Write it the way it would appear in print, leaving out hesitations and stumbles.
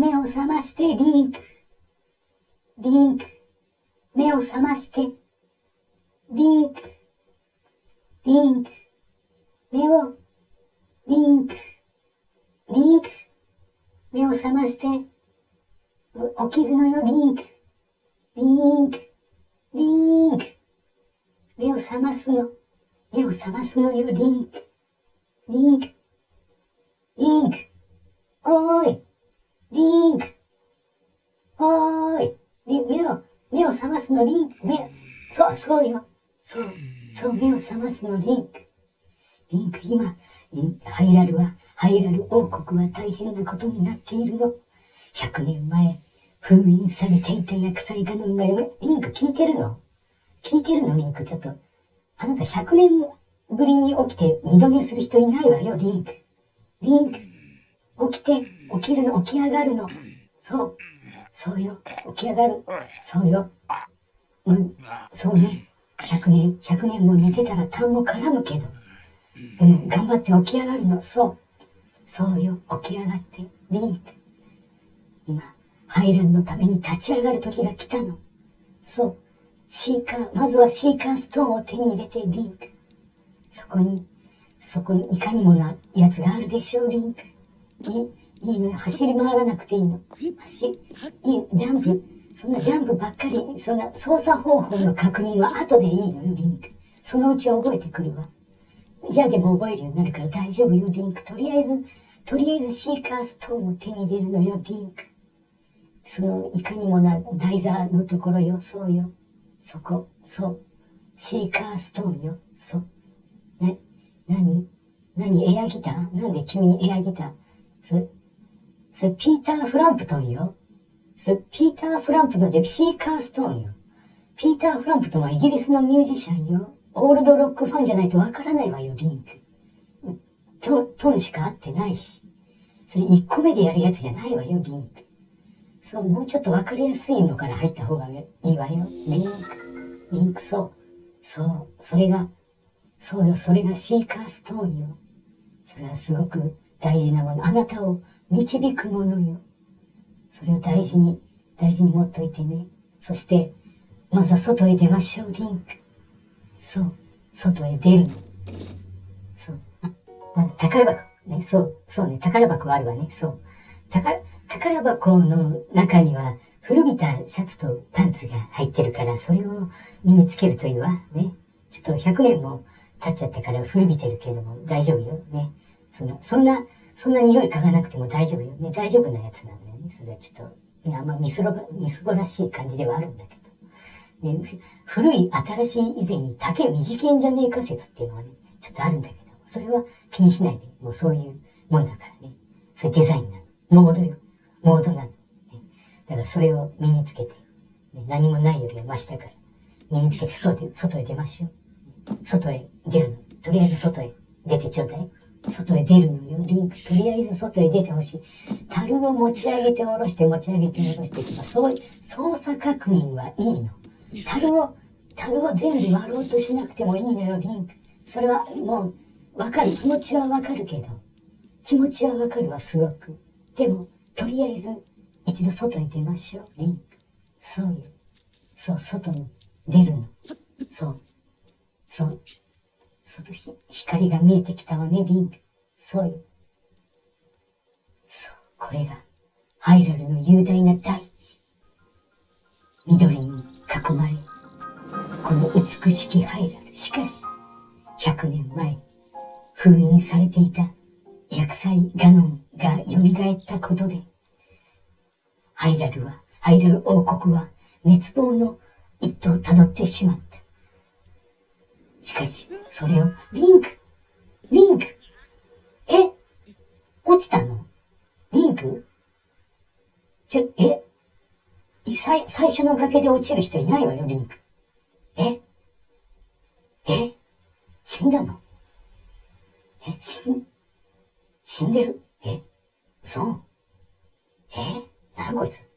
目を覚まして、リンク。リンク。目を覚まして、リンク。リンク。目を、リンク。リンク。目を覚まして、起きるのよ、リンク。リンク。リンク。目を覚ますの。目を覚ますのよ、リンク。リンク。リンク。おーい。リンク。おーい。目を覚ますの、リンク。そうよ。そう、目を覚ますの、リンク。リンク、今、ハイラル王国は大変なことになっているの。100年前、封印されていた厄災ガノンがリンク聞いてるの、リンク。ちょっと、あなた100年ぶりに起きて二度寝する人いないわよ、リンク。リンク、起きるの、起き上がるの。そうよ、起き上がる。そうよ。そうね。100年も寝てたら痰も絡むけど。でも頑張って起き上がるの。そうよ、起き上がって、リンク。今、ハイラルのために立ち上がる時が来たの。まずはシーカーストーンを手に入れて、リンク。そこにいかにもなやつがあるでしょう、リンク。いいのよ、走り回らなくていいの。ジャンプ、そんなジャンプばっかり、そんな操作方法の確認は後でいいのよ、リンク。そのうち覚えてくるわ。嫌でも覚えるようになるから大丈夫よ、リンク。とりあえずシーカーストーンを手に入れるのよ、リンク。いかにもな台座のところよ、そうよ。シーカーストーンよ、何エアギター、なんで急にエアギター。それピーター・フランプトンよ。ピーター・フランプトンでシーカーストーンよ。ピーター・フランプトンはイギリスのミュージシャンよ。オールドロックファンじゃないとわからないわよ、リンク。トンしか合ってないし。それ1個目でやるやつじゃないわよ、リンク。もうちょっとわかりやすいのから入った方がいいわよ。リンク、それがシーカーストーンよ。それはすごく大事なもの。あなたを導くものよ。それを大事に持っといてね。そして、まずは外へ出ましょう、リンク。外へ出るの。宝箱。ね、ね、宝箱あるわね。宝箱の中には古びたシャツとパンツが入ってるから、それを身につけるといいわ。ね。ちょっと100年も経っちゃったから古びてるけども大丈夫よ。ね。そんな匂い嗅がなくても大丈夫よ。ね。大丈夫なやつなのよね。それはちょっと、あんまみすぼらしい感じではあるんだけど。ね。古い新しい以前に丈短いんじゃねえか説っていうのはね、ちょっとあるんだけど、それは気にしないで。もうそういうもんだからね。そういうデザインなの。モードよ。モードなの。ね。だからそれを身につけて、ね、何もないよりはマシだから、身につけて外へ出ましょう。外へ出るの。とりあえず外へ出てちょうだい。外へ出るのよ、リンク。とりあえず外へ出てほしい。樽を持ち上げて下ろしてそういう操作確認はいいの。樽を全部割ろうとしなくてもいいのよ、リンク。それはもう、わかる。気持ちはわかるけど。気持ちはわかるわ、すごく。でも、とりあえず、一度外へ出ましょう、リンク。そうよ。外に出るの。光が見えてきたわね、リンク。そうよ。これが、ハイラルの雄大な大地。緑に囲まれ、この美しきハイラル。しかし、100年前、封印されていた厄災ガノンが蘇ったことで、ハイラル王国は滅亡の一途をたどってしまった。しかし、それを、リンク落ちたのリンク最初の崖で落ちる人いないわよ、リンク。死んだの死んでるそう。なんこいつ。